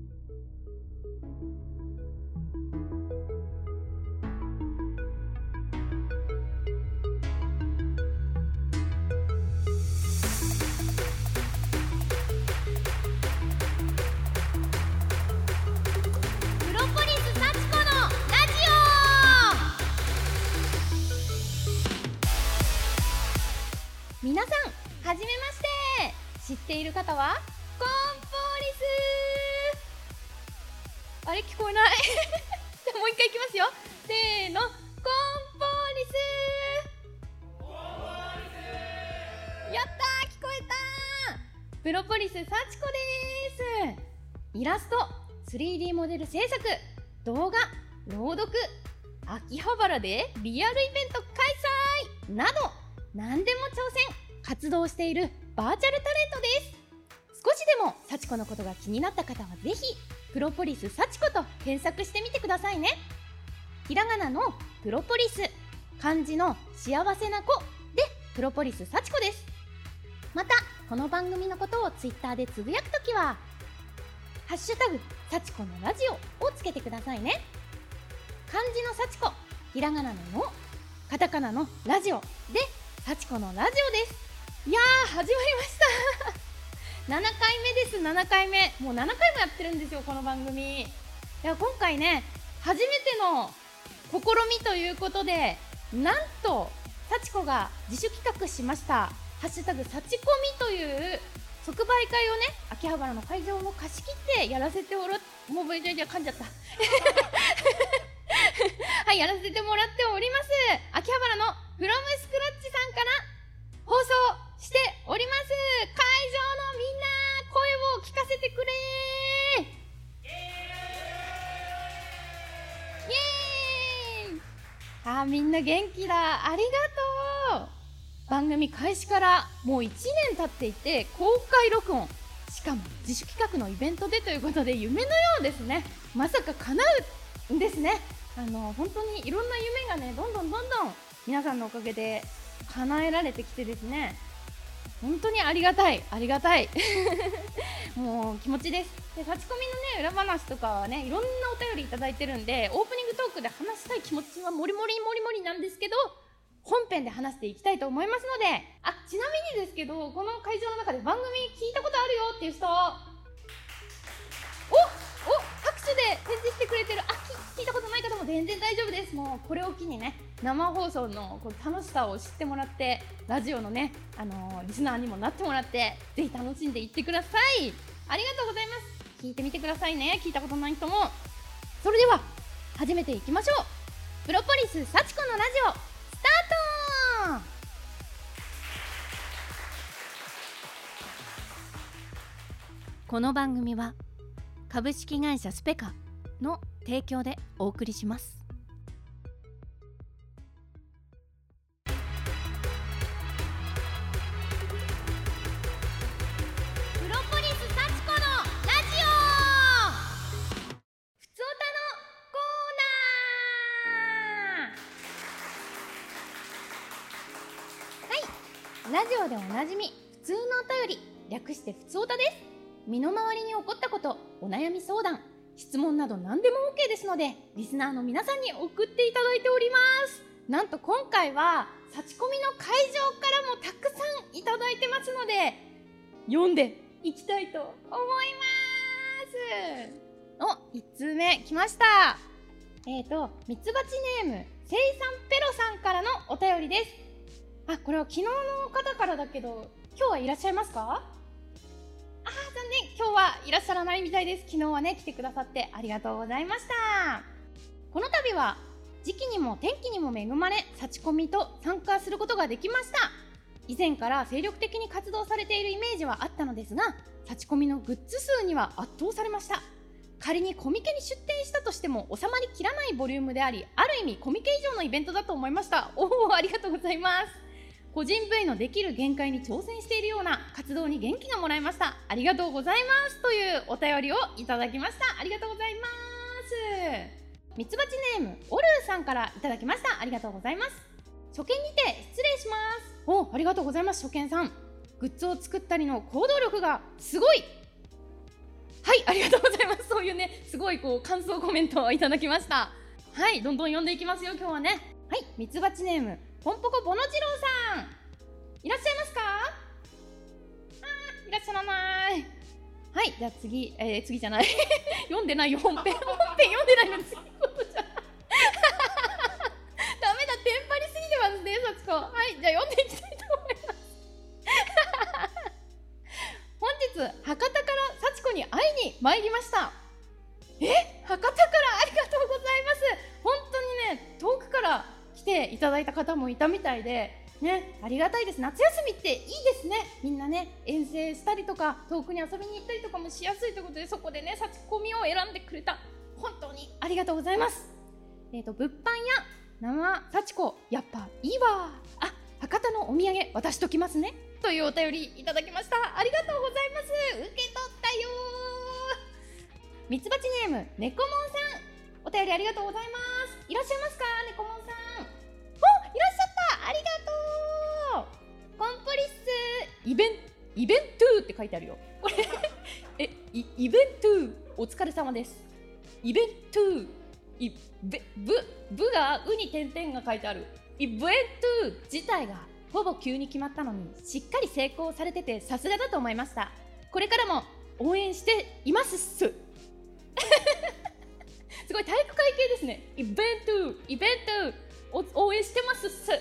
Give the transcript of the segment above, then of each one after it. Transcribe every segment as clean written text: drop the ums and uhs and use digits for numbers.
プロポリス幸子のラジオ。皆さんはじめまして。知っている方はコンポリス。あれ聞こえないじゃあもう一回いきますよ。せーの、コンポリス。やったー、聞こえたー。プロポリス幸子です。イラスト、3D モデル制作、動画、朗読、秋葉原でリアルイベント開催など何でも挑戦活動しているバーチャルタレントです。少しでも幸子のことが気になった方はぜひプロポリス幸子と検索してみてくださいね。ひらがなのプロポリス、漢字の幸せな子でプロポリス幸子です。またこの番組のことをツイッターでつぶやくときはハッシュタグ幸子のラジオをつけてくださいね。漢字の幸子、ひらがなのの、カタカナのラジオで幸子のラジオです。いやー、始まりました7回目です。7回目、もう7回もやってるんですよ、この番組。いや、今回ね、初めての試みということで、なんと幸子が自主企画しましたハッシュタグ幸コミという即売会をね、秋葉原の会場を貸し切ってやらせてもらって、もうじゃ噛んじゃったはい、やらせてもらっております。秋葉原のフロムスクラッチさんから放送しております。会場のみんな、声を聞かせてくれー。イエーイ。みんな元気だ。ありがとう。番組開始からもう1年経っていて、公開録音、しかも自主企画のイベントでということで、夢のようですね。まさか叶うんですね。本当にいろんな夢がね、どんどん皆さんのおかげで叶えられてきてですね、本当にありがたいもう気持ちです。で、幸コミのね、裏話とかはね、いろんなお便りいただいてるんで、オープニングトークで話したい気持ちはもりもりなんですけど、本編で話していきたいと思いますので、ちなみにですけど、この会場の中で番組聞いたことあるよっていう人、拍手で返事してくれてる。聞いたことない方も全然大丈夫です。もうこれを機にね、生放送のこう楽しさを知ってもらって、ラジオのね、リスナーにもなってもらって、ぜひ楽しんでいってください。ありがとうございます。聞いてみてくださいね、聞いたことない人も。それでは始めていきましょう。プロポリス幸子のラジオスタート。この番組は株式会社スペカの提供でお送りします。プロポリス幸子のラジオ。ふつおたのコーナー。ラジオでおなじみ、普通のお便り、略してふつおたです。身の回りに起こったこと、お悩み相談、質問など何でも OK ですので、リスナーの皆さんに送っていただいております。なんと今回は幸コミの会場からもたくさんいただいてますので、読んでいきたいと思います。1通目来ました。ミツバチネームせいさんペロさんからのお便りです。これは昨日の方からだけど、今日はいらっしゃいますか？残念、今日はいらっしゃらないみたいです。昨日はね、来てくださってありがとうございました。この度は時期にも天気にも恵まれ、幸コミと参加することができました。以前から精力的に活動されているイメージはあったのですが、幸コミのグッズ数には圧倒されました。仮にコミケに出店したとしても収まりきらないボリュームであり、ある意味コミケ以上のイベントだと思いました。ありがとうございます。個人部位のできる限界に挑戦しているような活動に元気がもらえました。ありがとうございますというお便りをいただきました。ありがとうございます。ミツバチネームオルーさんからいただきました。ありがとうございます。初見にて失礼します。ありがとうございます。初見さん、グッズを作ったりの行動力がすごい。はい、ありがとうございます。そうね、すごいこう感想コメントをいただきました。はい、どんどん読んでいきますよ、今日はね。はい、ミツバチネームポンポコボノジロウさん、いらっしゃいますか？いらっしゃらない。はい、じゃあ次じゃない読んでないよ、本編読んでないのに次のことじゃダメだ、テンパりすぎてますね、さちこ。はい、じゃあ読んでいきたいと思います本日博多から幸子に会いに参りました。博多からありがとうございます。本当にね、遠くから来ていただいた方もいたみたいでね、ありがたいです。夏休みっていいですね。みんなね、遠征したりとか遠くに遊びに行ったりとかもしやすいということで、そこでね、幸子みを選んでくれた、本当にありがとうございます。物販や生幸子やっぱいいわ、博多のお土産渡しときますね、というお便りいただきました。ありがとうございます。受け取ったよ。ミツバチネームネコモンさん、お便りありがとうございます。いらっしゃいますか、ネコモンさん。いらっしゃった、ありがとう。コンポリスイベントって書いてあるよ、これイベントお疲れ様です。イベントブがウに点々が書いてある。イベント自体がほぼ急に決まったのにしっかり成功されててさすがだと思いました。これからも応援していますっすすごい体育会系ですね。イベント応援してますっす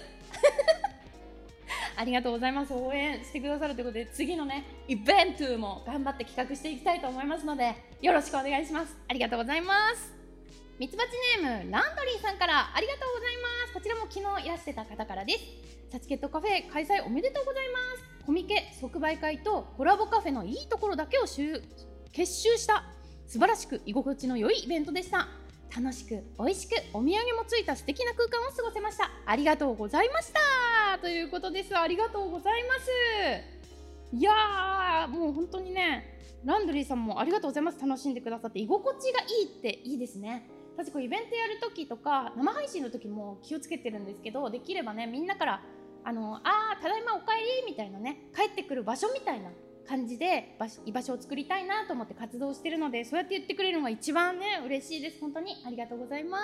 ありがとうございます。応援してくださるということで、次のねイベントも頑張って企画していきたいと思いますので、よろしくお願いします。ありがとうございます。ミツバチネームランドリーさんからありがとうございます。こちらも昨日いらしてた方からです。サチケットカフェ開催おめでとうございます。コミケ即売会とコラボカフェのいいところだけを結集した素晴らしく居心地の良いイベントでした。楽しく美味しくお土産もついた素敵な空間を過ごせました。ありがとうございましたということです。ありがとうございます。いやー、もう本当にね、ランドリーさんもありがとうございます。楽しんでくださって、居心地がいいっていいですね。私こうイベントやるときとか生配信のときも気をつけてるんですけど、できればね、みんなからただいまお帰りみたいなね、帰ってくる場所みたいな感じで居場所を作りたいなと思って活動してるので、そうやって言ってくれるのが一番ね嬉しいです。本当にありがとうございます。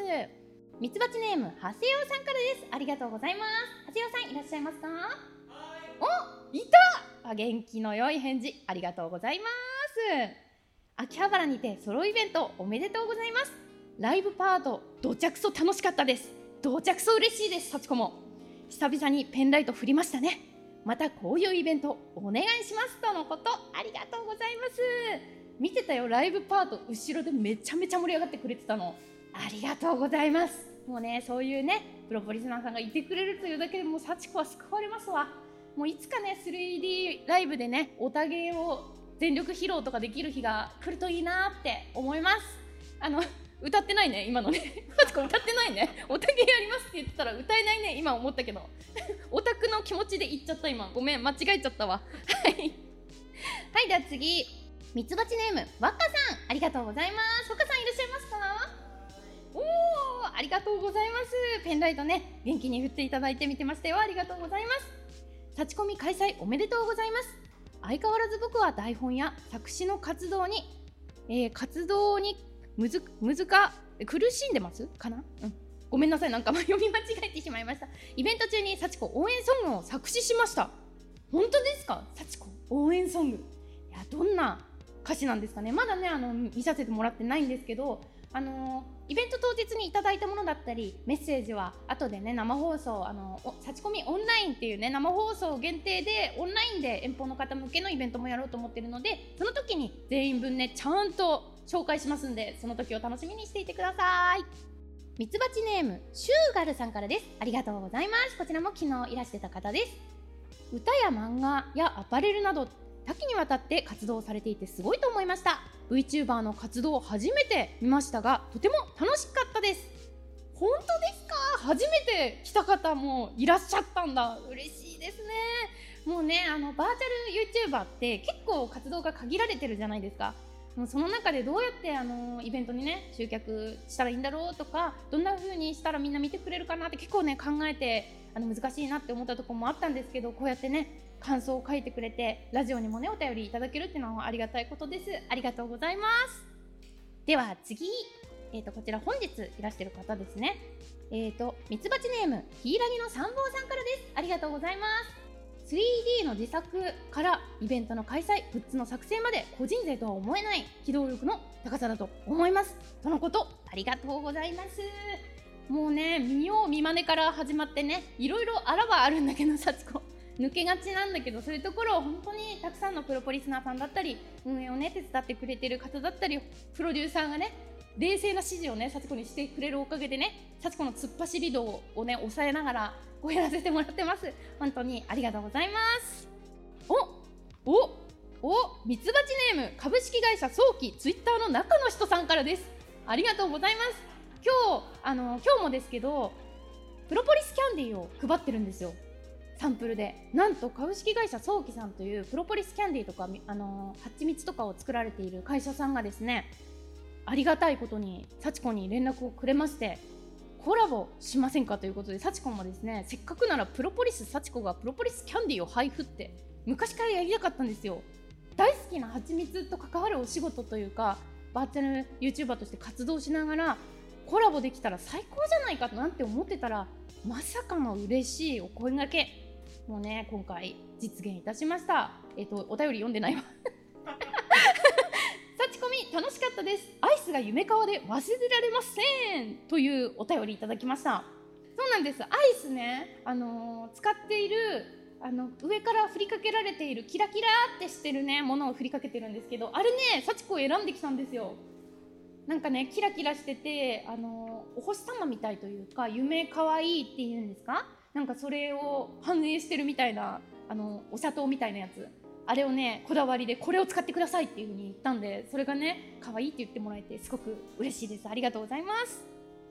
ミツバチネームハセヨウさんからです。ありがとうございます。ハセヨウさんいらっしゃいますか？お、いた。元気の良い返事ありがとうございます。秋葉原にてソロイベントおめでとうございます。ライブパートどちゃくそ楽しかったです。どちゃくそ嬉しいです。幸子も久々にペンライト振りましたね。またこういうイベントお願いしますとのこと。ありがとうございます。見てたよ、ライブパート後ろでめちゃめちゃ盛り上がってくれてたの。ありがとうございます。もうね、そういうねプロポリスナーさんがいてくれるというだけでもう幸子は救われますわ。もういつかね 3D ライブでねオタ芸を全力披露とかできる日が来るといいなって思います。歌ってないね今のね幸子歌ってないね。オタ芸やりますって言ってたら歌えないね今思ったけどオタクの気持ちで言っちゃった今。ごめん、間違えちゃったわはい、では次、ミツバチネームワッカさんありがとうございます。ワッカさんいらっしゃいますか？おー、ありがとうございます。ペンライトね元気に振っていただいて見てましたよ。ありがとうございます。立ち込み開催おめでとうございます。相変わらず僕は台本や作詞の活動に苦しんでますかな、ごめんなさい、なんか読み間違えてしまいました。イベント中に幸子応援ソングを作詞しました。本当ですか？幸子応援ソング、いやどんな歌詞なんですかね。まだね見させてもらってないんですけど、イベント当日にいただいたものだったりメッセージは後でね生放送幸子みオンラインっていうね生放送限定でオンラインで遠方の方向けのイベントもやろうと思ってるので、その時に全員分ねちゃんと紹介しますんで、その時を楽しみにしていてください。ミツバチネームシューガルさんからです。ありがとうございます。こちらも昨日いらしてた方です。歌や漫画やアパレルなど多岐にわたって活動されていてすごいと思いました。 VTuber の活動を初めて見ましたがとても楽しかったです。本当ですか？初めて来た方もいらっしゃったんだ。嬉しいですね。もうねバーチャル YouTuber って結構活動が限られてるじゃないですか。もうその中でどうやってイベントにね集客したらいいんだろうとか、どんな風にしたらみんな見てくれるかなって結構ね考えて難しいなって思ったところもあったんですけど、こうやってね感想を書いてくれてラジオにもねお便りいただけるっていうのはありがたいことです。ありがとうございます。 では次、こちら本日いらしてる方ですね。ミツバチネームヒイラギの参謀さんからです。ありがとうございます。 3D の自作からイベントの開催、グッズの作成まで個人税とは思えない機動力の高さだと思いますとのこと。ありがとうございます。もうね、見よう見まねから始まってね、いろいろあらはあるんだけど、幸子抜けがちなんだけど、そういうところを本当にたくさんのプロポリスナーさんだったり、運営をね手伝ってくれてる方だったり、プロデューサーがね冷静な指示をね幸子にしてくれるおかげでね、幸子の突っ走り度をね抑えながらこうやらせてもらってます。本当にありがとうございます。ミツバチネーム株式会社早期ツイッターの中の人さんからです。ありがとうございます。今日もですけどプロポリスキャンディーを配ってるんですよ、サンプルで。なんと株式会社早期さんというプロポリスキャンディーとか蜂蜜とかを作られている会社さんがですね、ありがたいことに幸子に連絡をくれまして、コラボしませんかということで、幸子もですね、せっかくならプロポリス幸子がプロポリスキャンディーを配布って昔からやりたかったんですよ。大好きな蜂蜜と関わるお仕事というか、バーチャル YouTuber として活動しながらコラボできたら最高じゃないかなんて思ってたら、まさかの嬉しいお声掛け、もうね今回実現いたしました。お便り読んでないわ幸子み楽しかったです。アイスが夢かわで忘れられませんというお便りいただきました。そうなんです。アイスね、使っている上から振りかけられているキラキラってしてるねものを振りかけてるんですけど、あれね幸子を選んできたんですよ。なんかねキラキラしててお星様みたいというか、夢かわいいっていうんですか、なんかそれを反映してるみたいなお砂糖みたいなやつ、あれをねこだわりでこれを使ってくださいっていう風に言ったんで、それがね可愛いって言ってもらえてすごく嬉しいです。ありがとうございます。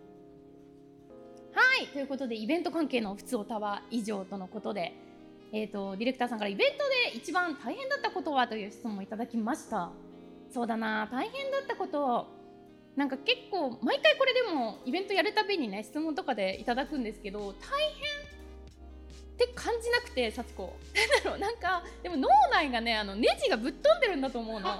はい、ということでイベント関係のふつおたは以上とのことで、ディレクターさんからイベントで一番大変だったことはという質問をいただきました。そうだな、大変だったこと、なんか結構毎回これでもイベントやるたびにね質問とかでいただくんですけど、大変って感じなくて、幸子なんだろう、なんかでも脳内がねネジがぶっ飛んでるんだと思うの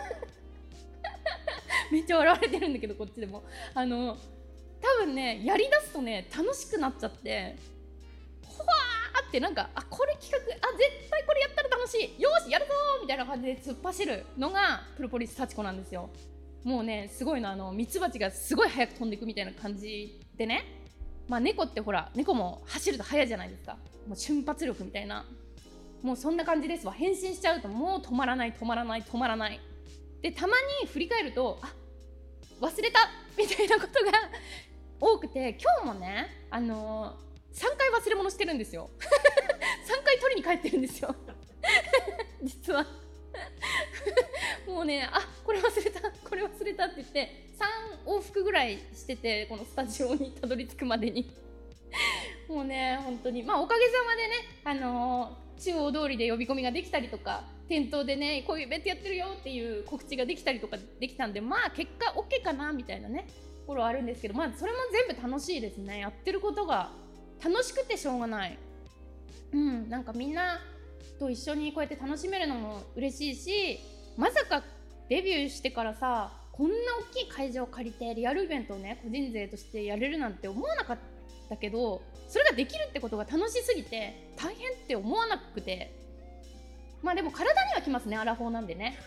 めっちゃ笑われてるんだけど、こっちでも多分ねやりだすとね楽しくなっちゃって、ほわーってなんかこれ企画絶対これやったら楽しい、よしやるぞーみたいな感じで突っ走るのがプロポリス幸子なんですよ。もうねすごいのミツバチがすごい速く飛んでいくみたいな感じでね、まあ猫ってほら猫も走ると速いじゃないですか、もう瞬発力みたいな、もうそんな感じですわ。変身しちゃうともう止まらないで、たまに振り返ると忘れたみたいなことが多くて、今日もね3回忘れ物してるんですよ3回取りに帰ってるんですよ実はもうねこれ忘れたって言って3往復ぐらいしてて、このスタジオにたどり着くまでにもうね本当におかげさまでね中央通りで呼び込みができたりとか、店頭でねこういうイベントやってるよっていう告知ができたりとかできたんで、結果 OK かなみたいなねところはあるんですけど、それも全部楽しいですね。やってることが楽しくてしょうがない。なんかみんなと一緒にこうやって楽しめるのも嬉しいし、まさかデビューしてからさこんな大きい会場を借りてリアルイベントをね個人勢としてやれるなんて思わなかったけど、それができるってことが楽しすぎて大変って思わなくて、でも体にはきますね、アラフォーなんでね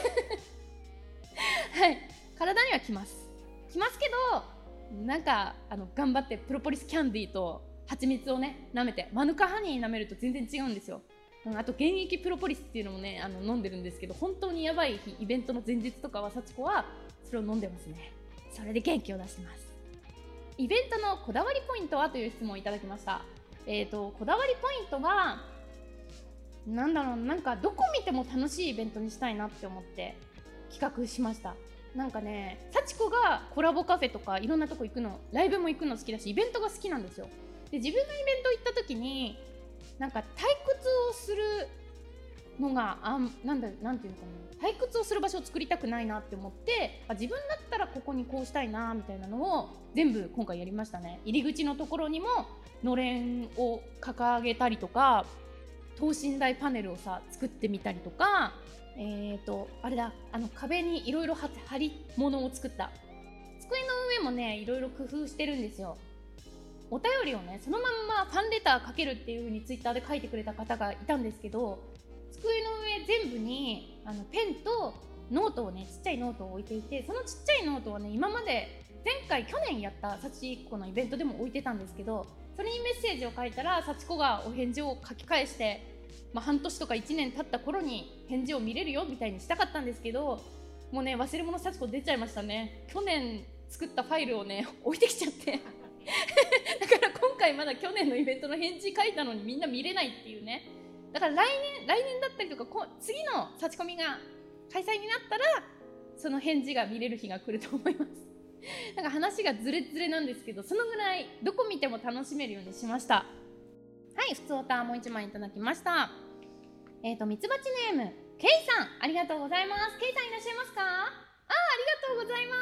はい体にはきますけど、なんか頑張ってプロポリスキャンディーと蜂蜜をね舐めて、マヌカハニー舐めると全然違うんですよ。あと原液プロポリスっていうのもね飲んでるんですけど、本当にやばい日イベントの前日とかは幸子はそれを飲んでますね。それで元気を出してます。イベントのこだわりポイントはという質問をいただきました。こだわりポイントはなんだろう、なんかどこ見ても楽しいイベントにしたいなって思って企画しました。なんかね幸子がコラボカフェとかいろんなとこ行くの、ライブも行くの好きだしイベントが好きなんですよ。で自分がイベント行った時になんか退屈をするのがなんていうのかな、退屈をする場所を作りたくないなって思って、自分だったらここにこうしたいなみたいなのを全部今回やりましたね。入り口のところにものれんを掲げたりとか、等身大パネルを作ってみたりとか、 あれだ、壁にいろいろ貼り物を作った。机の上もねいろいろ工夫してるんですよ。お便りをねそのまんまファンレター書けるっていう風にツイッターで書いてくれた方がいたんですけど、机の上全部にペンとノートをね、ちっちゃいノートを置いていて、そのちっちゃいノートはね今まで去年やった幸子のイベントでも置いてたんですけど、それにメッセージを書いたら幸子がお返事を書き返して、半年とか1年経った頃に返事を見れるよみたいにしたかったんですけど、もうね忘れ物幸子出ちゃいましたね。去年作ったファイルをね置いてきちゃってだから今回まだ去年のイベントの返事書いたのにみんな見れないっていうね。だから来年だったりとか次の幸コミが開催になったらその返事が見れる日が来ると思いますなんか話がズレズレなんですけど、そのぐらいどこ見ても楽しめるようにしました。はい、ふつおたもう1枚いただきました。ミツバチネームケイさん、ありがとうございます。ケイさんいらっしゃいますか？ありがとうございます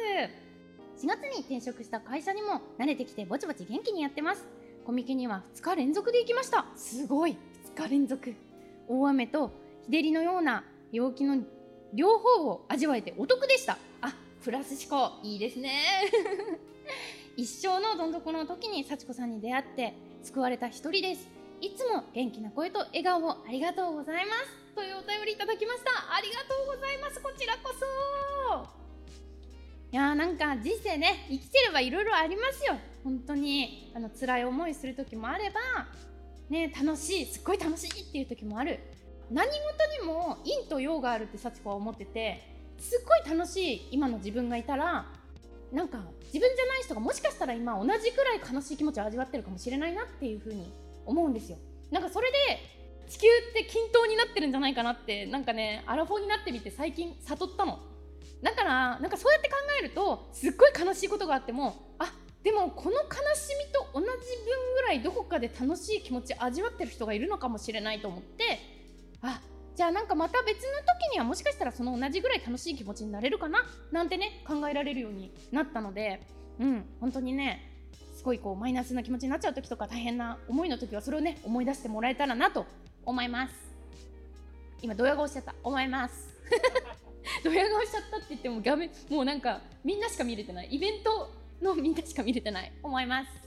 。4月に転職した会社にも慣れてきてぼちぼち元気にやってます。コミケには2日連続で行きました。すごい、2日連続。大雨と日照りのような陽気の両方を味わえてお得でした。プラス思考いいですね一生のどん底の時に幸子さんに出会って救われた一人です。いつも元気な声と笑顔をありがとうございますというお便りいただきました。ありがとうございます。こちらこそ。いやー、なんか人生ね、生きてればいろいろありますよ。本当に辛い思いする時もあればね、楽しい、すっごい楽しいっていう時もある。何事にも陰と陽があるって幸子は思ってて、すっごい楽しい今の自分がいたら、なんか自分じゃない人がもしかしたら今同じくらい悲しい気持ちを味わってるかもしれないなっていう風に思うんですよ。なんかそれで地球って均等になってるんじゃないかなって、なんかねアラフォーになってみて最近悟ったの。だからなんかそうやって考えると、すっごい悲しいことがあっても、でもこの悲しみと同じ分ぐらいどこかで楽しい気持ち味わってる人がいるのかもしれないと思って、じゃあなんかまた別の時にはもしかしたらその同じぐらい楽しい気持ちになれるかななんてね考えられるようになったので、本当にねすごいマイナスな気持ちになっちゃう時とか大変な思いの時はそれをね思い出してもらえたらなと思います。今ドヤ顔しちゃった。思いますドヤ顔しちゃったって言っても画面もうなんかみんなしか見れてない、イベントのみんなしか見れてない。思います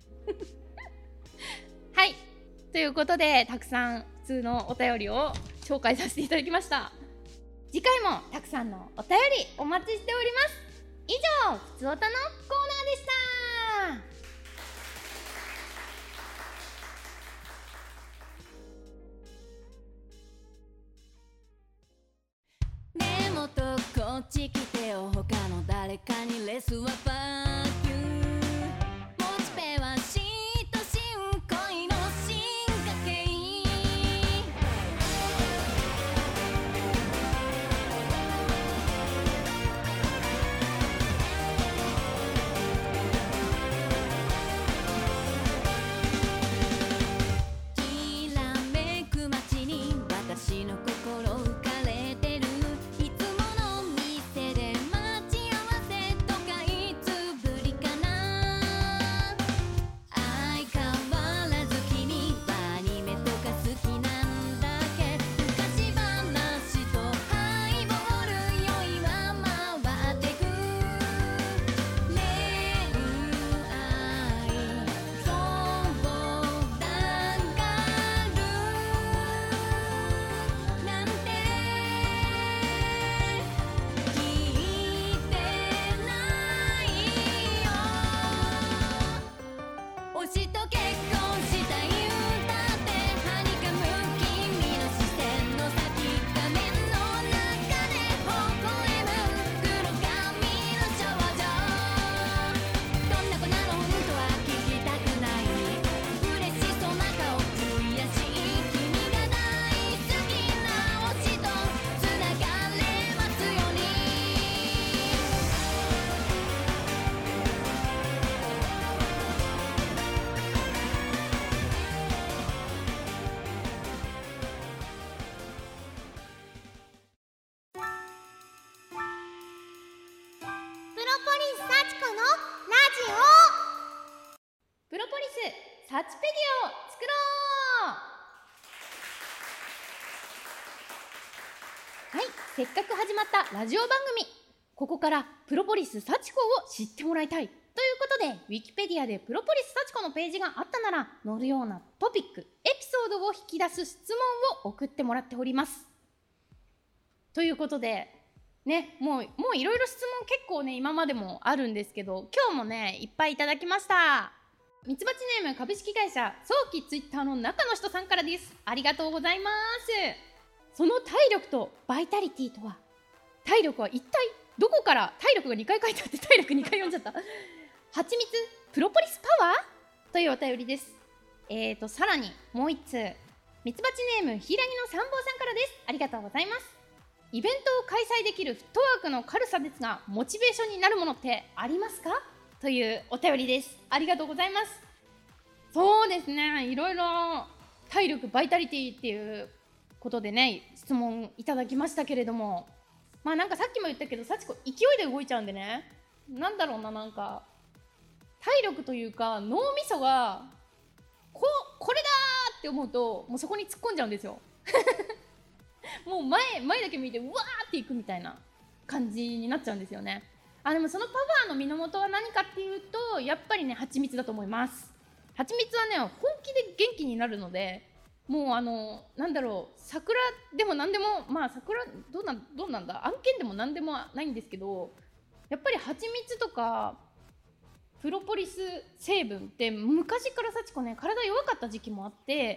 はい、ということでたくさん普通のお便りを紹介させていただきました。次回もたくさんのお便りお待ちしております。以上、ふつおたのコーナーでした。でもとこっち来てよ、他の誰かにレスはファーキュー。モチベは嫉妬深恋の進化系。きらめく街に私の心浮かれてる。いつもの店で待ち合わせとかいつぶりかな。相変わらず君はアニメとか好きなんだけ。昔話とハイボール酔いは回ってく。恋愛相談があるなんて聞いてないよ。推しと結婚したい歌ってはにかむ君の視線の先、画面の中で微笑む黒髪の少女。どんな子なの本当は聞きたくない。嬉しそうな顔悔しい君が大好きな推しとつながれますように。プロポリス幸子のラジオ。 プロポリスサチペディアを作ろう。 はい、せっかく始まったラジオ番組、ここからプロポリス幸子を知ってもらいたいということで、ウィキペディアでプロポリス幸子のページがあったなら載るようなトピック、エピソードを引き出す質問を送ってもらっております。ということでね、もういろいろ質問結構ね今までもあるんですけど、今日もねいっぱいいただきました。ミツバチネーム株式会社早期ツイッターの中の人さんからです。ありがとうございます。その体力とバイタリティとは、体力は一体どこから、体力が2回書いてあって体力2回読んじゃったはちみつプロポリスパワーというお便りです。さらにもう1通、ミツバチネームひらぎの参謀さんからです。ありがとうございます。イベントを開催できるフットワークの軽さですが、モチベーションになるものってありますかというお便りです。ありがとうございます。そうですね、いろいろ体力バイタリティっていうことでね質問いただきましたけれども、なんかさっきも言ったけど幸子勢いで動いちゃうんでね、なんだろうな、なんか体力というか脳みそがこれだーって思うともうそこに突っ込んじゃうんですよもう前だけ見てうわーっていくみたいな感じになっちゃうんですよね。でもそのパワーの源は何かっていうと、やっぱりね蜂蜜だと思います。蜂蜜はね本気で元気になるので、もうなんだろう、桜でも何でも、桜どうなんだ、案件でも何でもないんですけど、やっぱり蜂蜜とかプロポリス成分って昔から幸子ね体弱かった時期もあって、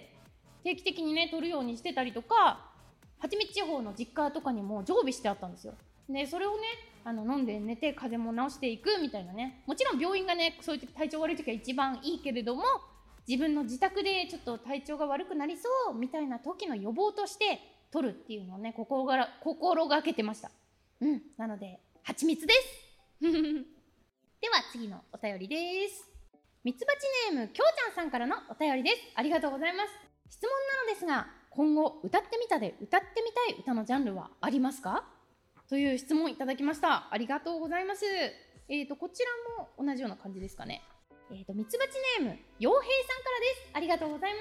定期的にね取るようにしてたりとか、蜂蜜地方の実家とかにも常備してあったんですよ。でそれをね飲んで寝て風邪も治していくみたいなね、もちろん病院がねそういう時体調悪い時は一番いいけれども、自分の自宅でちょっと体調が悪くなりそうみたいな時の予防として取るっていうのをね心がけてました。なので蜂蜜ですでは次のお便りです。ミツバチネームきょうちゃんさんからのお便りです。ありがとうございます。質問なのですが、今後歌ってみたで歌ってみたい歌のジャンルはありますかという質問いただきました。ありがとうございます。こちらも同じような感じですかね。ミツバチネームようへいさんからです。ありがとうございます。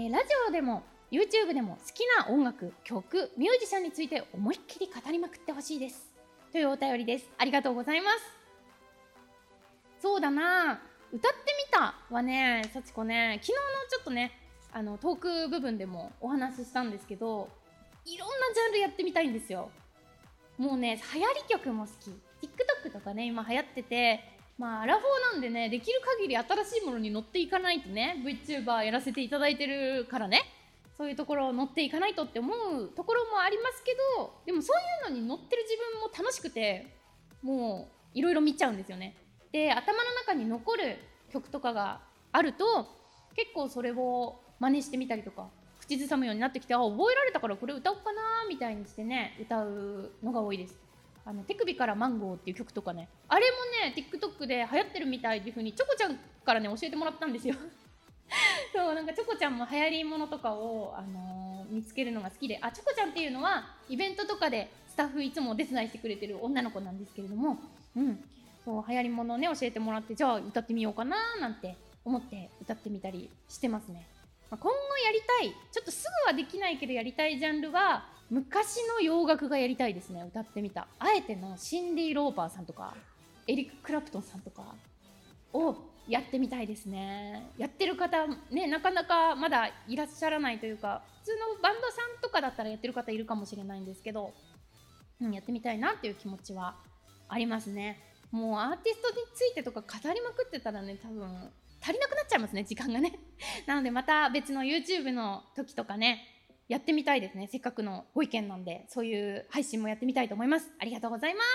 ラジオでも YouTube でも好きな音楽、曲、ミュージシャンについて思いっきり語りまくってほしいですというお便りです。ありがとうございます。そうだな、歌ってみたはね、幸子ね昨日のちょっとねトーク部分でもお話ししたんですけど、いろんなジャンルやってみたいんですよ。もうね流行り曲も好き、 TikTok とかね今流行ってて、アラフォーなんでね、できる限り新しいものに乗っていかないとね、 VTuber やらせていただいてるからね、そういうところを乗っていかないとって思うところもありますけど、でもそういうのに乗ってる自分も楽しくて、もういろいろ見ちゃうんですよね。で頭の中に残る曲とかがあると結構それを真似してみたりとか、口ずさむようになってきて、覚えられたからこれ歌おうかなみたいにしてね歌うのが多いです。手首からマンゴーっていう曲とかね、あれもね TikTok で流行ってるみたいっていう風にチョコちゃんからね教えてもらったんですよそう、なんかチョコちゃんも流行りものとかを、見つけるのが好きで、チョコちゃんっていうのはイベントとかでスタッフいつもお手伝いしてくれてる女の子なんですけれども、そう流行りものね教えてもらって、じゃあ歌ってみようかななんて思って歌ってみたりしてますね。今後やりたい、ちょっとすぐはできないけどやりたいジャンルは昔の洋楽がやりたいですね。歌ってみた、あえてのシンディ・ローパーさんとかエリック・クラプトンさんとかをやってみたいですね。やってる方ねなかなかまだいらっしゃらないというか、普通のバンドさんとかだったらやってる方いるかもしれないんですけど、やってみたいなっていう気持ちはありますね。もうアーティストについてとか語りまくってたらね多分足りなくなっちゃいますね、時間がねなのでまた別の YouTube の時とかねやってみたいですね。せっかくのご意見なんでそういう配信もやってみたいと思います。ありがとうございます。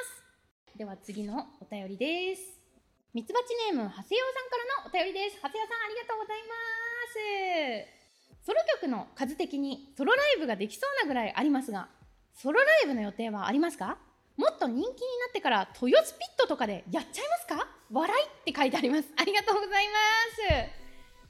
では次のお便りです。ミツバチネーム長谷洋さんからのお便りです。長谷洋さんありがとうございます。ソロ曲の数的にソロライブができそうなぐらいありますが、ソロライブの予定はありますか？もっと人気になってから豊洲ピットとかでやっちゃいますか？笑いって書いてあります。ありがとうございます。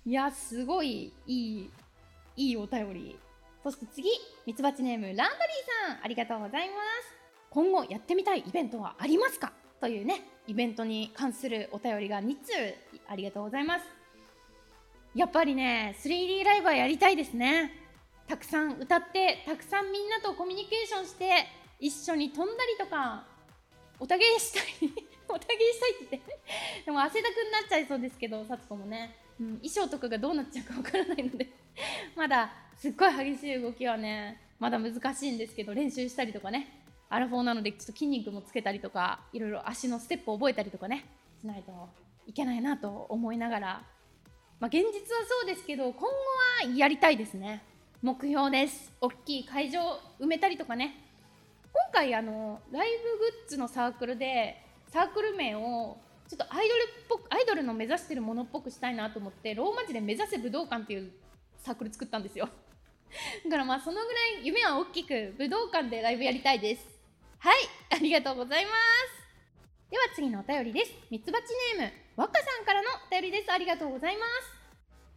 いやすごいいいお便り。そして次、ミツバチネームランドリーさんありがとうございます。今後やってみたいイベントはありますか？というねイベントに関するお便りが2通ありがとうございます。やっぱりね 3D ライブはやりたいですね。 たくさん歌ってたくさんみんなとコミュニケーションして一緒に飛んだりとかおたげしたいおたげしたいって言ってでも汗だくになっちゃいそうですけど、幸子もね、衣装とかがどうなっちゃうかわからないのでまだすっごい激しい動きはねまだ難しいんですけど、練習したりとかね、アラフォーなのでちょっと筋肉もつけたりとかいろいろ足のステップを覚えたりとかねしないといけないなと思いながら、現実はそうですけど今後はやりたいですね。目標です。大きい会場埋めたりとかね。今回ライブグッズのサークルでサークル名をちょっとアイドルの目指してるものっぽくしたいなと思ってローマ字で目指せ武道館っていうサークル作ったんですよだからそのぐらい夢は大きく武道館でライブやりたいです。はい、ありがとうございます。では次のお便りです。ミツバチネーム若さんからのお便りです。ありがとうございます。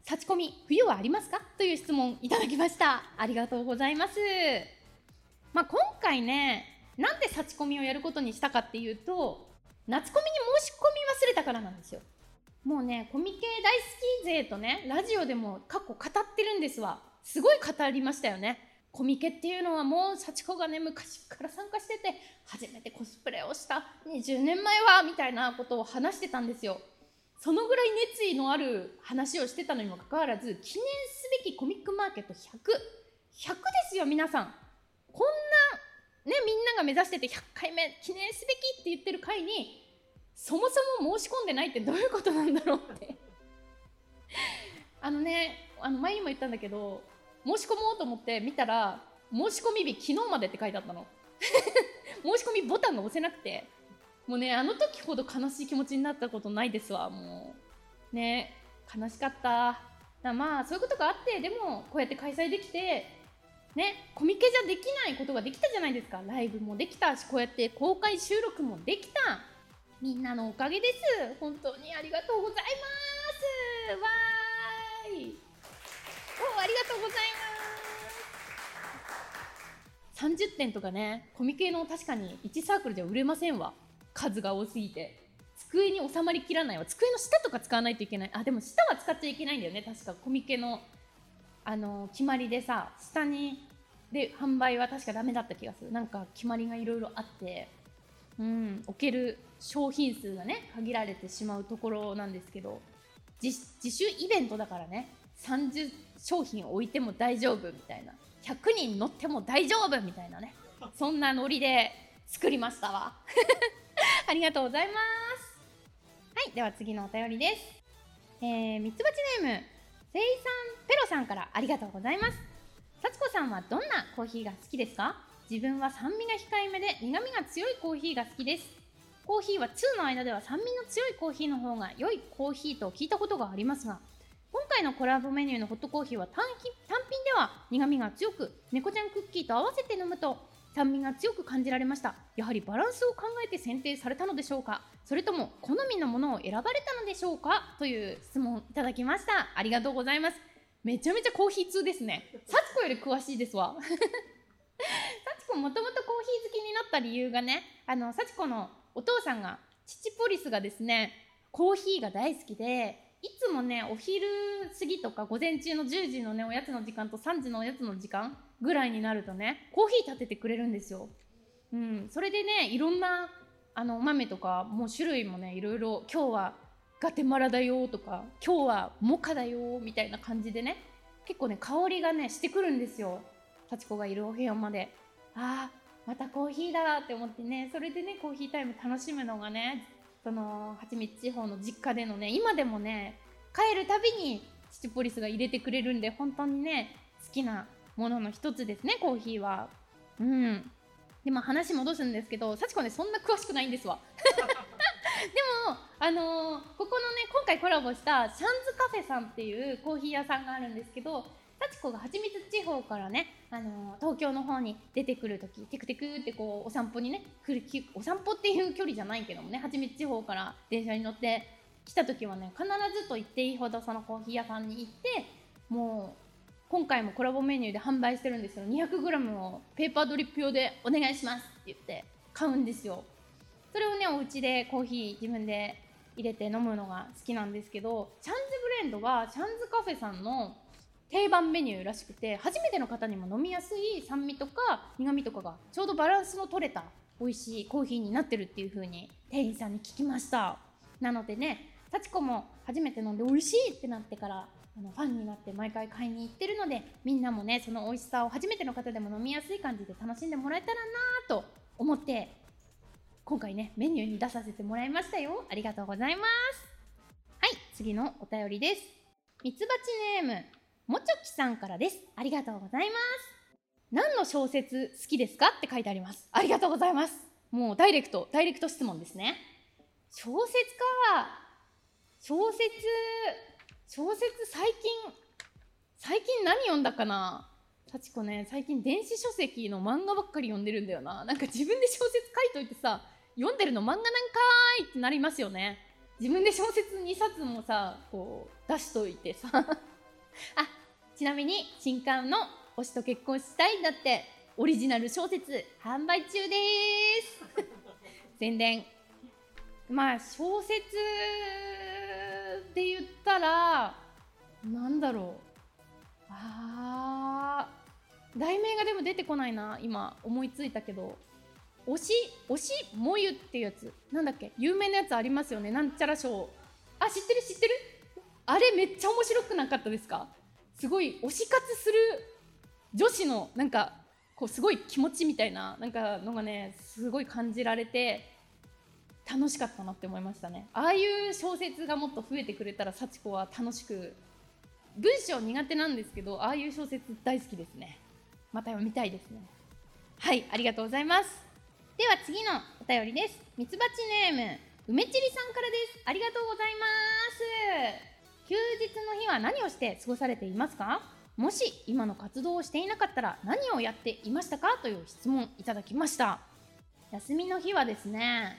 幸コミ冬はありますかという質問いただきました。ありがとうございます。今回ね、なんで幸コミをやることにしたかっていうと、夏コミに申し込み忘れたからなんですよ。もうね、コミケ大好き勢とね、ラジオでも過去語ってるんですわ。すごい語りましたよね。コミケっていうのはもう幸子がね昔から参加してて初めてコスプレをした20年前はみたいなことを話してたんですよ。そのぐらい熱意のある話をしてたのにもかかわらず、記念すべきコミックマーケット100ですよ皆さん。こんなねみんなが目指してて100回目記念すべきって言ってる回にそもそも申し込んでないってどういうことなんだろうって前にも言ったんだけど、申し込もうと思って見たら申し込み日昨日までって書いてあったの申し込みボタンが押せなくて、もうねあの時ほど悲しい気持ちになったことないですわ。もうね悲しかった。そういうことがあって、でもこうやって開催できてね、コミケじゃできないことができたじゃないですか。ライブもできたし、こうやって公開収録もできた。みんなのおかげです。本当にありがとうございます。わーい、ありがとうございます。30点とかね、コミケの確かに1サークルじゃ売れませんわ。数が多すぎて机に収まりきらないわ。机の下とか使わないといけない。でも下は使っちゃいけないんだよね確か。コミケの決まりでさ、下にで販売は確かダメだった気がする。なんか決まりがいろいろあって、置ける商品数がね限られてしまうところなんですけど、自主イベントだからね、30商品置いても大丈夫みたいな、100人乗っても大丈夫みたいなね、そんなノリで作りましたわありがとうございます。はい、では次のお便りです。ミツバチネームせいさんペロさんからありがとうございます。幸子さんはどんなコーヒーが好きですか？自分は酸味が控えめで苦味が強いコーヒーが好きです。コーヒーは2の間では酸味の強いコーヒーの方が良いコーヒーと聞いたことがありますが、今回のコラボメニューのホットコーヒーは単品では苦味が強く、猫ちゃんクッキーと合わせて飲むと酸味が強く感じられました。やはりバランスを考えて選定されたのでしょうか、それとも好みのものを選ばれたのでしょうか、という質問いただきました。ありがとうございます。めちゃめちゃコーヒー通ですね。幸子より詳しいですわ幸子もともとコーヒー好きになった理由がね、幸子のお父さんが父ポリスがですねコーヒーが大好きで、いつもねお昼過ぎとか午前中の10時のねおやつの時間と3時のおやつの時間ぐらいになるとねコーヒー立ててくれるんですよ。それでねいろんな豆とかもう種類もねいろいろ、今日はガテマラだよとか今日はモカだよみたいな感じでね、結構ね香りがねしてくるんですよ。幸子がいるお部屋までまたコーヒーだって思ってね、それでねコーヒータイム楽しむのがね、そのはちみつ地方の実家でのね、今でもね帰るたびに父ポリスが入れてくれるんで、本当にね好きなものの一つですねコーヒーは。で話戻すんですけど、幸子ねそんな詳しくないんですわでもここのね今回コラボしたシャンズカフェさんっていうコーヒー屋さんがあるんですけど、幸子がはちみつ地方からね、東京の方に出てくるときテクテクってこうお散歩にね来る、お散歩っていう距離じゃないけどもね、はちみつ地方から電車に乗って来たときはね必ずと言っていいほどそのコーヒー屋さんに行って、もう今回もコラボメニューで販売してるんですよ。 200g をペーパードリップ用でお願いしますって言って買うんですよ。それをねお家でコーヒー自分で入れて飲むのが好きなんですけど、シャンズブレンドはシャンズカフェさんの定番メニューらしくて、初めての方にも飲みやすい酸味とか苦味とかがちょうどバランスの取れた美味しいコーヒーになってるっていう風に店員さんに聞きました。なのでね、幸子も初めて飲んで美味しいってなってからファンになって毎回買いに行ってるので、みんなもねその美味しさを初めての方でも飲みやすい感じで楽しんでもらえたらなと思って今回ねメニューに出させてもらいましたよ。ありがとうございます。はい、次のお便りです。ミツバチネームもちょきさんからです。ありがとうございます。何の小説好きですかって書いてあります。ありがとうございます。もうダイレクト質問ですね。小説か。小説最近何読んだかな。幸子ね、最近電子書籍の漫画ばっかり読んでるんだよな。なんか自分で小説書いといてさ、読んでるの漫画なんかーいってなりますよね。自分で小説2冊もさこう出しといてさちなみに新刊の推しと結婚したいんだってオリジナル小説販売中です宣伝。まあ小説で言ったらなんだろう、題名がでも出てこないな。今思いついたけど、推しもゆっていうやつ、なんだっけ、有名なやつありますよね、なんちゃら賞。あ、知ってるあれめっちゃ面白くなかったですか。すごい推し活する女子のなんかこうすごい気持ちみたいななんかのがねすごい感じられて楽しかったなって思いましたね。ああいう小説がもっと増えてくれたら幸子は楽しく、文章苦手なんですけどああいう小説大好きですね。また読みたいですね。はい、ありがとうございます。では次のお便りです。ミツバチネーム梅ちりさんからです。ありがとうございます。休日の日は何をして過ごされていますか？もし今の活動をしていなかったら何をやっていましたか？という質問いただきました。休みの日はですね、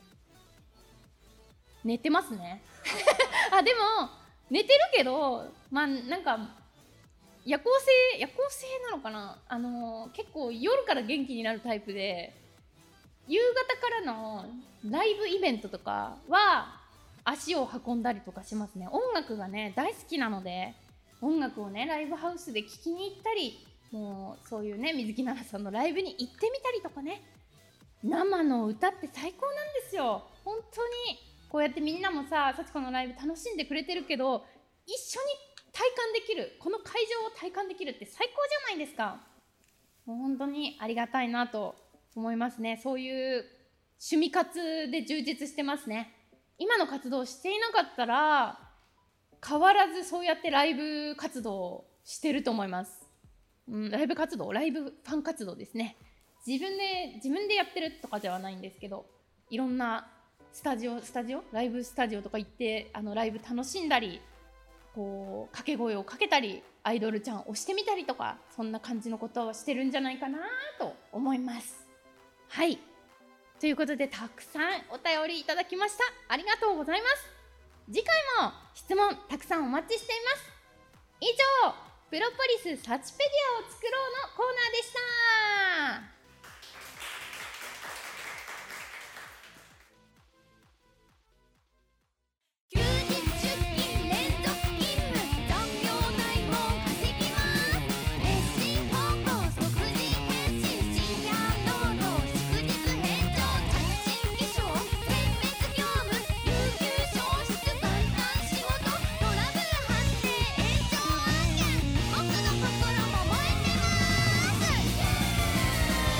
寝てますねでも寝てるけどまあなんか夜行性なのかな、結構夜から元気になるタイプで、夕方からのライブイベントとかは足を運んだりとかしますね。音楽がね大好きなので、音楽をねライブハウスで聴きに行ったり、もうそういうね水木奈々さんのライブに行ってみたりとかね。生の歌って最高なんですよ本当に。こうやってみんなもさ幸子のライブ楽しんでくれてるけど、一緒に体感できる、この会場を体感できるって最高じゃないですか。もう本当にありがたいなと思いますね。そういう趣味活で充実してますね。今の活動をしていなかったら変わらずそうやってライブ活動をしてると思います。ライブファン活動ですね。自分でやってるとかではないんですけど、いろんなライブスタジオとか行ってライブ楽しんだり、こう掛け声をかけたり、アイドルちゃんを押してみたりとか、そんな感じのことをしてるんじゃないかなと思います。はい、ということでたくさんお便りいただきました。ありがとうございます。次回も質問たくさんお待ちしています。以上、プロポリスサチペディアを作ろうのコーナーでした。 休日出勤連続勤務残業代も稼ぎます熱心奉公即時返信深夜労働祝日返上着信化粧点滅業務有給消失簡単仕事トラブル発生炎上案件僕の心も燃えてます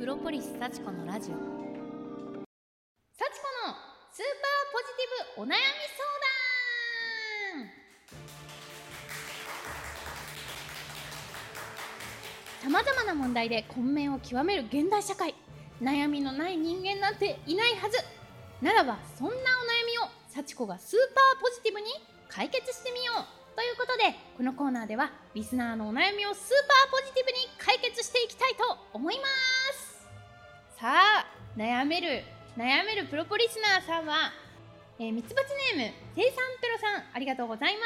プロポリス幸子のラジオ。幸子のスーパーポジティブお悩み相談。さまざまな問題で混迷を極める現代社会、悩みのない人間なんていないはず。ならばそんなお悩みを幸子がスーパーポジティブに解決してみようということで、このコーナーではリスナーのお悩みをスーパーポジティブに解決していきたいと思います。さあ、悩めるプロポリスナーさんは、ミツバチネーム生産ペロさん、ありがとうございます。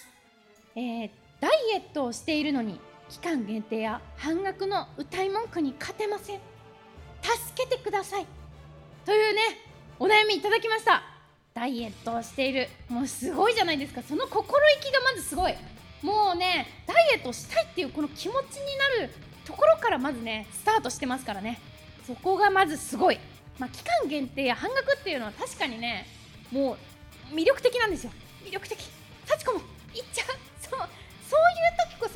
ダイエットをしているのに期間限定や半額の謳い文句に勝てません。助けてくださいというね、お悩みいただきました。ダイエットをしている、もうすごいじゃないですか。その心意気がまずすごい。もうね、ダイエットしたいっていうこの気持ちになるところからまずねスタートしてますからね。そこがまずすごい。期間限定や半額っていうのは確かにね、もう魅力的なんですよ。魅力的。幸子もいっちゃう。そういう時こそ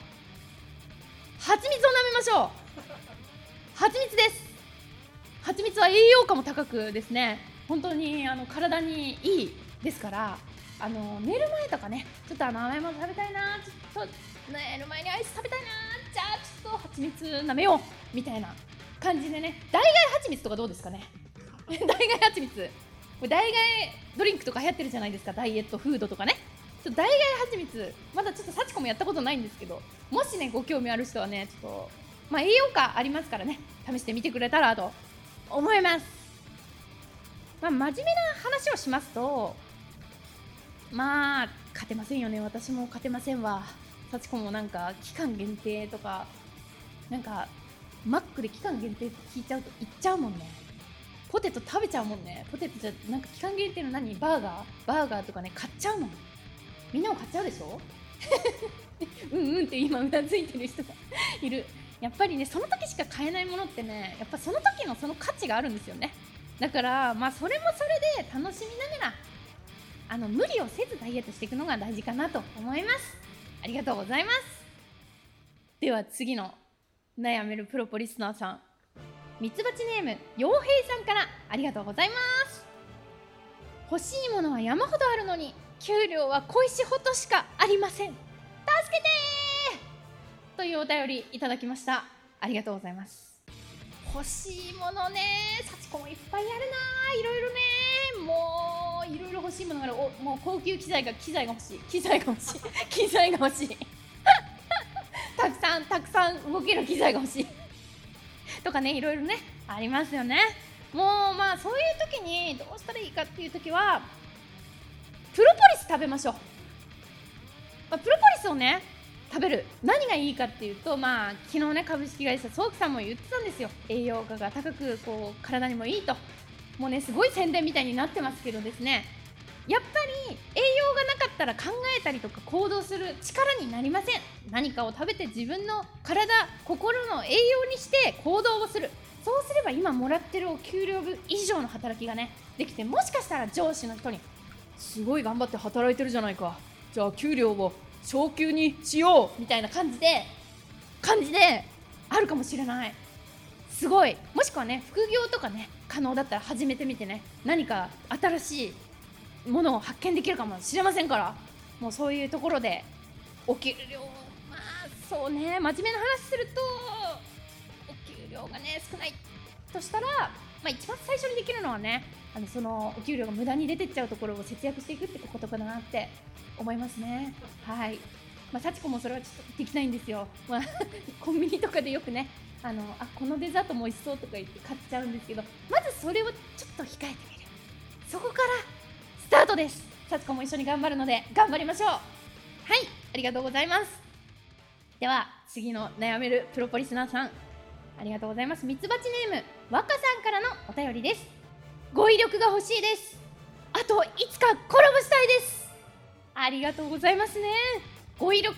蜂蜜を舐めましょう。蜂蜜です。蜂蜜は栄養価も高くですね、本当に体にいいですから、寝る前とかね、ちょっと甘いもの食べたいな、ちょっと寝る前にアイス食べたいな、じゃあちょっと蜂蜜舐めようみたいな感じでね。代替蜂蜜とかどうですかね。代替蜂蜜、代替ドリンクとか流行ってるじゃないですか。ダイエットフードとかね。ちょっと代替蜂蜜、まだちょっと幸子もやったことないんですけど、もしねご興味ある人はね、ちょっと栄養価ありますからね、試してみてくれたらと思います。真面目な話をしますと、勝てませんよね。私も勝てませんわ。幸子もなんか期間限定とか、なんかマックで期間限定って聞いちゃうと行っちゃうもんね。ポテト食べちゃうもんね。ポテトじゃなんか期間限定のバーガーとかね買っちゃうもん。みんなも買っちゃうでしょうんって今うなずいてる人がいる。やっぱりね、その時しか買えないものってね、やっぱその時のその価値があるんですよね。だからそれもそれで楽しみながら無理をせずダイエットしていくのが大事かなと思います。ありがとうございます。では次の悩めるプロポリスナーさん、ミツバチネーム陽平さんからありがとうございます。欲しいものは山ほどあるのに給料は小石ほどしかありません。助けてーというお便りいただきました。ありがとうございます。欲しいものね、幸子もいっぱいあるな。いろいろね、もういろいろ欲しいものがある。もう高級機材が欲しい機材が欲しいたくさん動ける機材が欲しいとかね、いろいろねありますよね。もうそういう時にどうしたらいいかっていう時はプロポリス食べましょう。プロポリスをね食べる何がいいかっていうと、昨日ね株式会社ソークさんも言ってたんですよ。栄養価が高く体にもいいと。もうねすごい宣伝みたいになってますけどですね、やっぱり栄養がなかったら考えたりとか行動する力になりません。何かを食べて自分の体心の栄養にして行動をする。そうすれば今もらってるお給料分以上の働きがねできて、もしかしたら上司の人にすごい頑張って働いてるじゃないか、じゃあ給料を昇給にしようみたいな感じであるかもしれない。すごい。もしくはね副業とかね可能だったら始めてみてね、何か新しいものを発見できるかもしれませんから、もうそういうところでお給料そうね、真面目な話するとお給料がね少ないとしたら、一番最初にできるのはねそのお給料が無駄に出てっちゃうところを節約していくってことかなって思いますね。はい。幸子もそれはちょっとできないんですよ。コンビニとかでよくねこのデザートも美味しそうとか言って買っちゃうんですけど、まずそれをちょっと控えてみる。そこからスタートです。幸子も一緒に頑張るので頑張りましょう。はい、ありがとうございます。では次の悩めるプロポリスナーさん、ありがとうございます。ミツバチネーム若さんからのお便りです。語彙力が欲しいです。あといつかコラボしたいです。ありがとうございますね。語彙力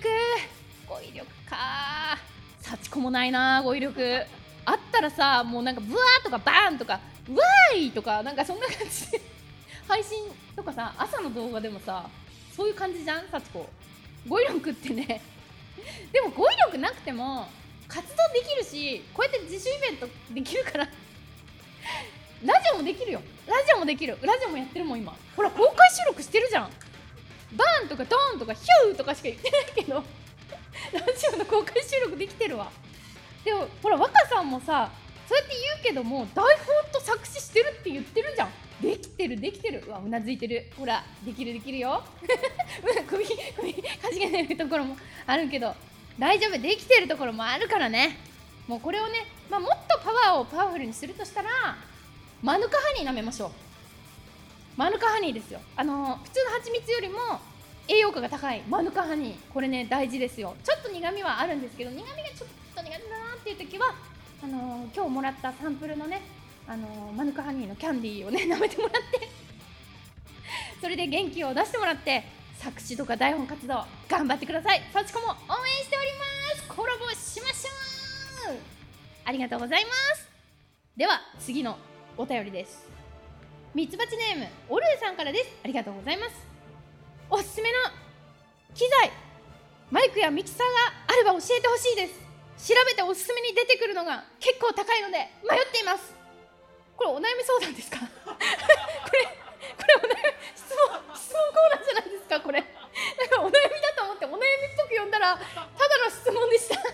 か。幸子もないな。語彙力あったらさ、もうなんかブワーとかバーンとかワーイとかなんかそんな感じで配信とかさ、朝の動画でもさそういう感じじゃん。幸子語彙力ってねでも語彙力なくても活動できるし、こうやって自主イベントできるからラジオもできるよ。ラジオもできる。ラジオもやってるもん今。ほら公開収録してるじゃん。バーンとかドーンとかヒューとかしか言ってないけどラジオの公開収録できてるわ。でもほら若さんもさ、そうやって言うけども台本と作詞してるって言ってるじゃん。できてるできてる。うわ、うなずいてる。ほらできるできるよ首かしげてるところもあるけど大丈夫。できてるところもあるからね。もうこれをね、もっとパワーをパワフルにするとしたらマヌカハニー舐めましょう。マヌカハニーですよ。普通の蜂蜜よりも栄養価が高いマヌカハニー、これね大事ですよ。ちょっと苦味はあるんですけど、苦味がちょっと苦手だなっていう時は今日もらったサンプルのねマヌカハニーのキャンディーをね舐めてもらってそれで元気を出してもらって作詞とか台本活動頑張ってください。幸子も応援しております。コラボしましょう。ありがとうございます。では次のお便りです。ミツバチネームオルーさんからです。ありがとうございます。おすすめの機材マイクやミキサーがあれば教えてほしいです。調べておすすめに出てくるのが結構高いので迷っています。これお悩み相談ですかこれお悩み質問コーナーじゃないですか。これなんかお悩みだと思ってお悩みっぽく読んだらただの質問でした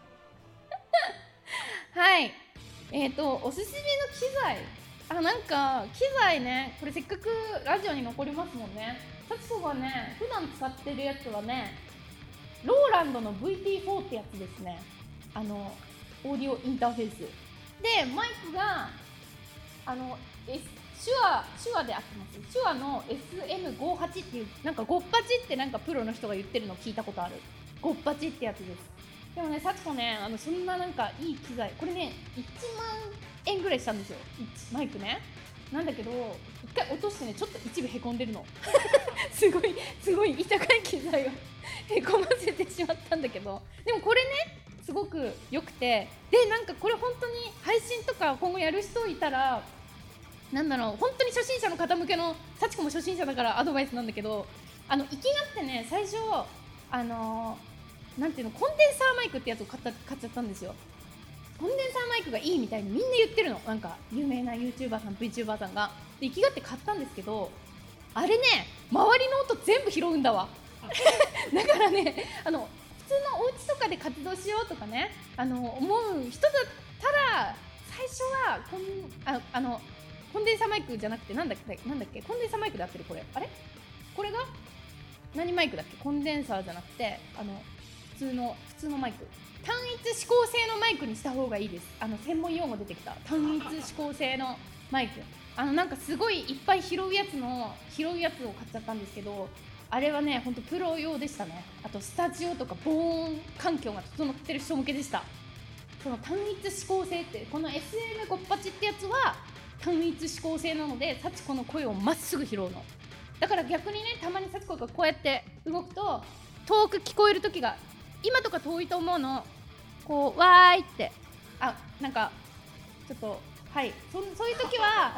はい、おすすめの機材、なんか機材ね、これせっかくラジオに残りますもんね。幸子がね普段使ってるやつはねローランドの VT4 ってやつですね。オーディオインターフェースでマイクが手話で合ってます。手話の SM58 っていうなんかゴッパチってなんかプロの人が言ってるの聞いたことある。ゴッパチってやつです。でもね幸子ねそんななんかいい機材、これね1万円ぐらいしたんですよマイクね。なんだけど一回落としてねちょっと一部へこんでるのすごい高い機材をへこませてしまったんだけど、でもこれねすごく良くて、でなんかこれ本当に配信とか今後やる人いたらなんだろう、本当に初心者の方向けの、幸子も初心者だからアドバイスなんだけど、生きがってね最初なんていうの、コンデンサーマイクってやつを買っちゃったんですよ。コンデンサーマイクがいいみたいにみんな言ってるの。なんか有名な YouTuber さん VTuber さんがで生きがって買ったんですけど、あれね周りの音全部拾うんだわだからね普通のお家とかで活動しようとかね思う人だったら最初はコンデンサーマイクじゃなくてなんだっけコンデンサーマイクで合ってるこれこれが何マイクだっけ、コンデンサーじゃなくて普通のマイク、単一指向性のマイクにした方がいいです。専門用語出てきた。単一指向性のマイク、なんかすごいいっぱい拾うやつを買っちゃったんですけど、あれはねほんとプロ用でしたね。あとスタジオとか防音環境が整ってる人向けでした。その単一指向性ってこの SM58 ってやつは単一指向性なので幸子の声をまっすぐ拾うの。だから逆にねたまに幸子がこうやって動くと遠く聞こえる時が、今とか遠いと思うの、こうわーいってなんかちょっとはいそういう時は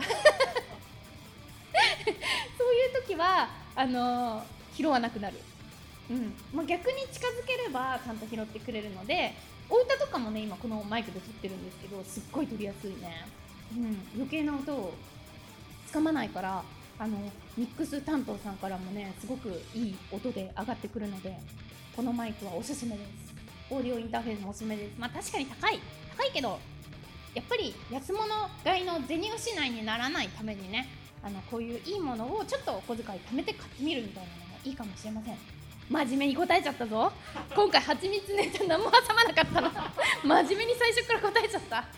そういう時は拾わなくなる。逆に近づければちゃんと拾ってくれるので、お歌とかもね今このマイクで撮ってるんですけどすっごい撮りやすいね。余計な音をつかまないから、ミックス担当さんからもねすごくいい音で上がってくるので、このマイクはおすすめです。オーディオインターフェースもおすすめです。確かに高いけどやっぱり安物買いの銭失いにならないためにね、こういういいものをちょっとお小遣い貯めて買ってみるみたいなのもいいかもしれません。真面目に答えちゃったぞ今回蜂蜜ネタ何も挟まなかったな真面目に最初から答えちゃったはい、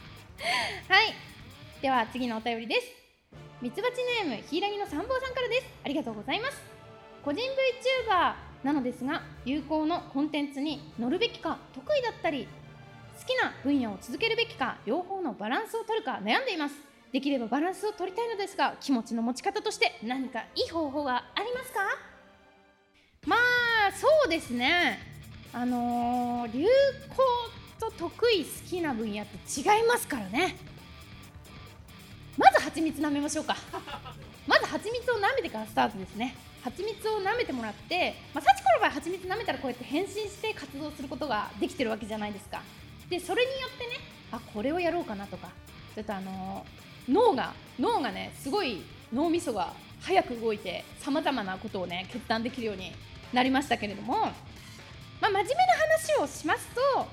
では次のお便りです。ミツバチネームヒイラギの参謀さんからです。ありがとうございます。個人 VTuber なのですが、流行のコンテンツに乗るべきか、得意だったり好きな分野を続けるべきか、両方のバランスを取るか悩んでいます。できればバランスを取りたいのですが、気持ちの持ち方として何かいい方法はありますか？そうですね、流行と得意好きな分野って違いますからね。まず蜂蜜舐めましょうかまず蜂蜜を舐めてからスタートですね。蜂蜜を舐めてもらって、幸子の場合蜂蜜舐めたらこうやって変身して活動することができてるわけじゃないですか。 でそれによってね、これをやろうかなとか、ちょっと脳がねすごい脳みそが早く動いてさまざまなことをね決断できるようになりましたけれども、真面目な話をしますと、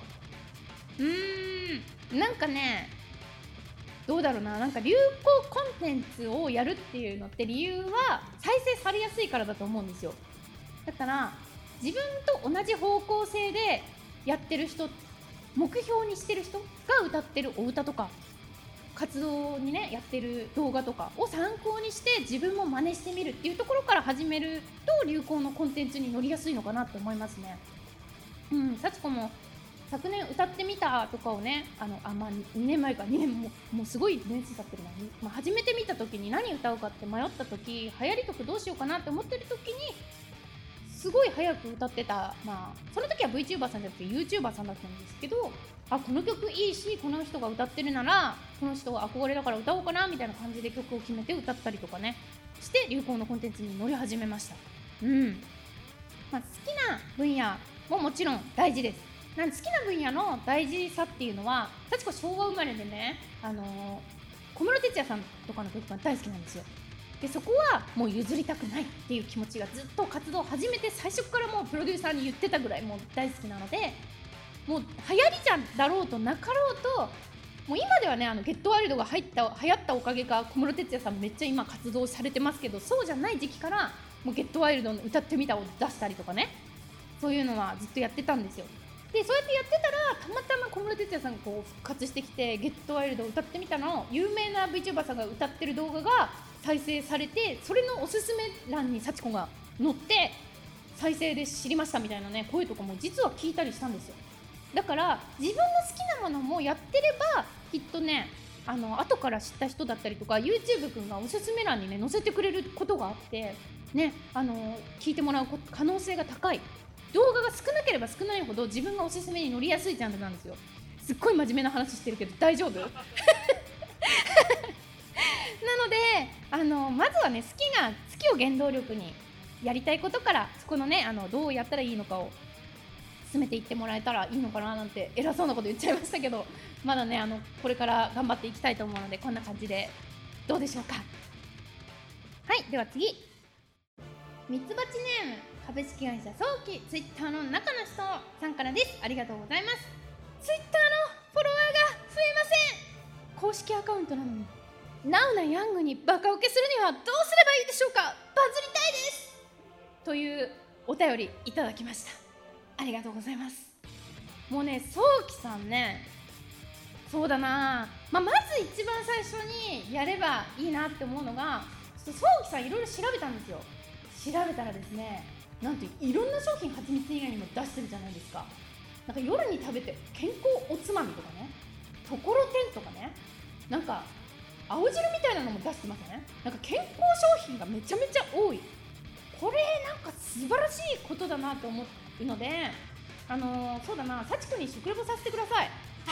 なんかね、どうだろうな、なんか流行コンテンツをやるっていうのって理由は再生されやすいからだと思うんですよ。だから自分と同じ方向性でやってる人、目標にしてる人が歌ってるお歌とか活動にねやってる動画とかを参考にして自分も真似してみるっていうところから始めると流行のコンテンツに乗りやすいのかなって思いますね。幸子も昨年歌ってみたとかをね、2年前か2年もうすごい年数経ってるな、初めて見た時に何歌うかって迷った時、流行り曲どうしようかなって思ってる時にすごい早く歌ってた、その時は VTuber さんじゃなくて YouTuber さんだったんですけど、この曲いいし、この人が歌ってるならこの人が憧れだから歌おうかなみたいな感じで曲を決めて歌ったりとかねして流行のコンテンツに乗り始めました。好きな分野ももちろん大事です。好きな分野の大事さっていうのは、幸子昭和生まれでね、小室哲哉さんとかの曲が大好きなんですよ。でそこはもう譲りたくないっていう気持ちがずっと活動を始めて最初からもうプロデューサーに言ってたぐらいもう大好きなので、もう流行りじゃだろうとなかろうと、もう今ではねゲットワイルドが流行ったおかげか小室哲哉さんめっちゃ今活動されてますけど、そうじゃない時期からもうゲットワイルドの歌ってみたを出したりとかね、そういうのはずっとやってたんですよ。でそうやってやってたらたまたま小室哲哉さんがこう復活してきて、ゲットワイルドを歌ってみたの有名な VTuber さんが歌ってる動画が再生されて、それのおすすめ欄に幸子が載って再生で知りましたみたいなね声とかも実は聞いたりしたんですよ。だから自分の好きなものもやってればきっとね、後から知った人だったりとか YouTube 君がおすすめ欄にね載せてくれることがあってね、聞いてもらう可能性が高い。動画が少なければ少ないほど自分がおすすめに乗りやすいジャンルなんですよ。すっごい真面目な話してるけど大丈夫？なのでまずはね好きを原動力にやりたいことから、そこのねどうやったらいいのかを進めていってもらえたらいいのかななんて偉そうなこと言っちゃいましたけど、まだねこれから頑張っていきたいと思うので、こんな感じでどうでしょうか。はい、では次、ミツバチネーム株式会社早期ツイッターの中の人さんからです。ありがとうございます。ツイッターのフォロワーが増えません。公式アカウントなのにナウなヤングにバカ受けするにはどうすればいいでしょうか。バズりたいですというお便りいただきました。ありがとうございます。もうね、早期さんね、そうだな、まず一番最初にやればいいなって思うのが、早期さんいろいろ調べたんですよ。調べたらですね、なんといろんな商品はちみつ以外にも出してるじゃないですか。なんか夜に食べて健康おつまみとかね、ところてんとかね、なんか青汁みたいなのも出してますよね。なんか健康商品がめちゃめちゃ多い。これなんか素晴らしいことだなと思うので、そうだな、幸子に食レポさせてください。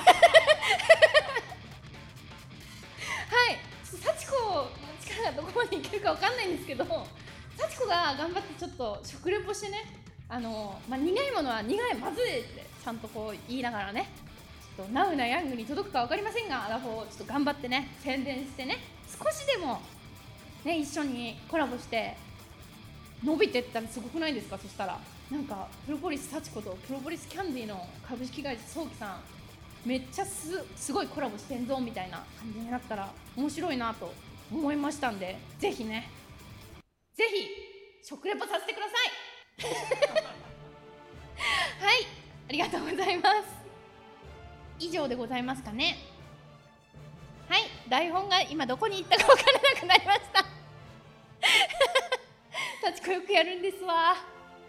はい、幸子の力がどこまでいけるかわかんないんですけど、幸子が頑張ってちょっと食レポしてね、苦いものは苦い、まずいってちゃんとこう言いながらね、ちょっとナウなヤングに届くか分かりませんが、アラフォーちょっと頑張ってね宣伝してね、少しでもね一緒にコラボして伸びてったらすごくないですか。そしたらなんかプロポリス幸子とプロポリスキャンディーの株式会社早期さんめっちゃすごいコラボしてんぞみたいな感じになったら面白いなと思いましたんで、ぜひね、ぜひ食レポさせてください。はい、ありがとうございます。以上でございますかね。はい、台本が今どこに行ったか分からなくなりました。幸子よくやるんですわ。はい、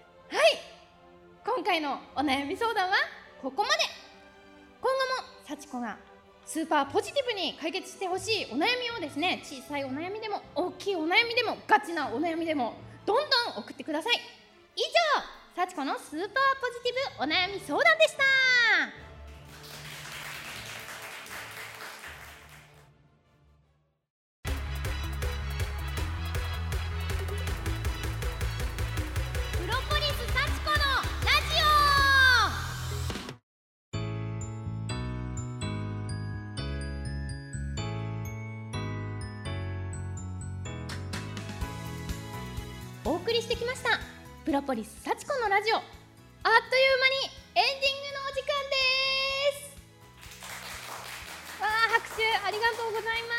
今回のお悩み相談はここまで。今後も幸子がスーパーポジティブに解決してほしいお悩みをですね、小さいお悩みでも大きいお悩みでもガチなお悩みでもどんどん送ってください。以上、幸子のスーパーポジティブお悩み相談でした。プロポリス幸子のラジオ。 送りしてきましたプロポリス幸子のラジオ、あっという間にエンディングのお時間です。拍手ありがとうございます。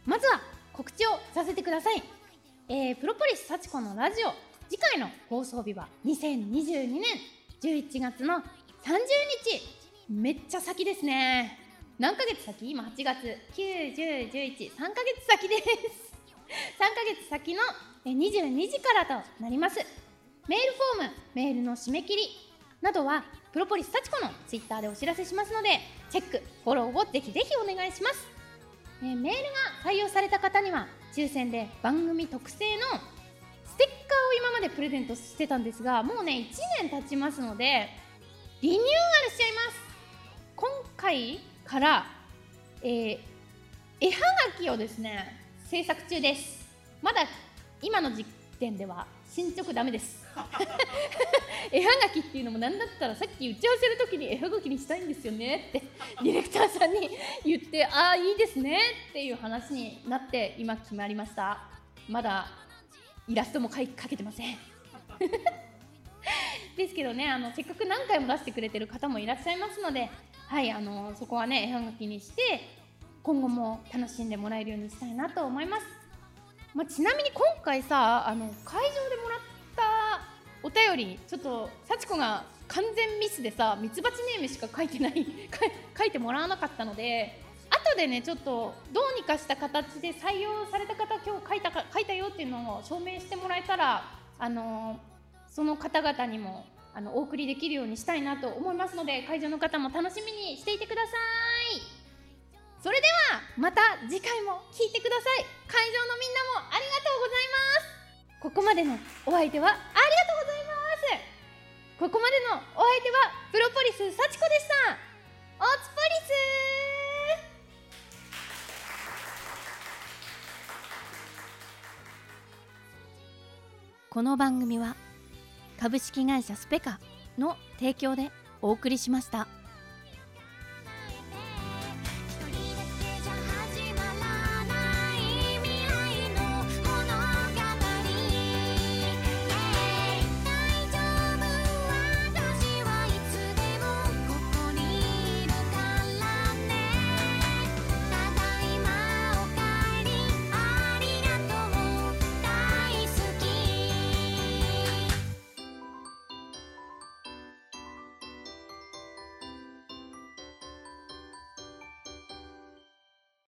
まずは告知をさせてください。プロポリス幸子のラジオ、次回の放送日は2022年11月の30日。めっちゃ先ですね。何ヶ月先？今8月、9、10、11、3ヶ月先です3ヶ月先の22時からとなります。メールフォーム、メールの締め切りなどはプロポリス幸子のツイッターでお知らせしますので、チェック、フォローをぜひぜひお願いします。メールが採用された方には抽選で番組特製のステッカーを今までプレゼントしてたんですが、もうね1年経ちますのでリニューアルしちゃいます。今回から絵はがきをですね制作中です。まだ今の時点では進捗ダメです絵はがきっていうのもなんだったらさっき打ち合わせの時に絵はがきにしたいんですよねってディレクターさんに言って、ああいいですねっていう話になって今決まりました。まだイラストも描けてませんですけどね、せっかく何回も出してくれてる方もいらっしゃいますので、はい、そこはね絵はがきにして今後も楽しんでもらえるようにしたいなと思います。ちなみに今回さ、会場でもらったお便り、ちょっと幸子が完全ミスでさ、ミツバチネームしか書いてない書いてもらわなかったので、後でねちょっとどうにかした形で採用された方、今日書いたよっていうのを証明してもらえたら、その方々にもお送りできるようにしたいなと思いますので、会場の方も楽しみにしていてください。それではまた次回も聞いてください。会場のみんなもありがとうございます。ここまでのお相手はありがとうございます。ここまでのお相手はプロポリス幸子でした。おつぽりす。この番組は株式会社スペカの提供でお送りしました。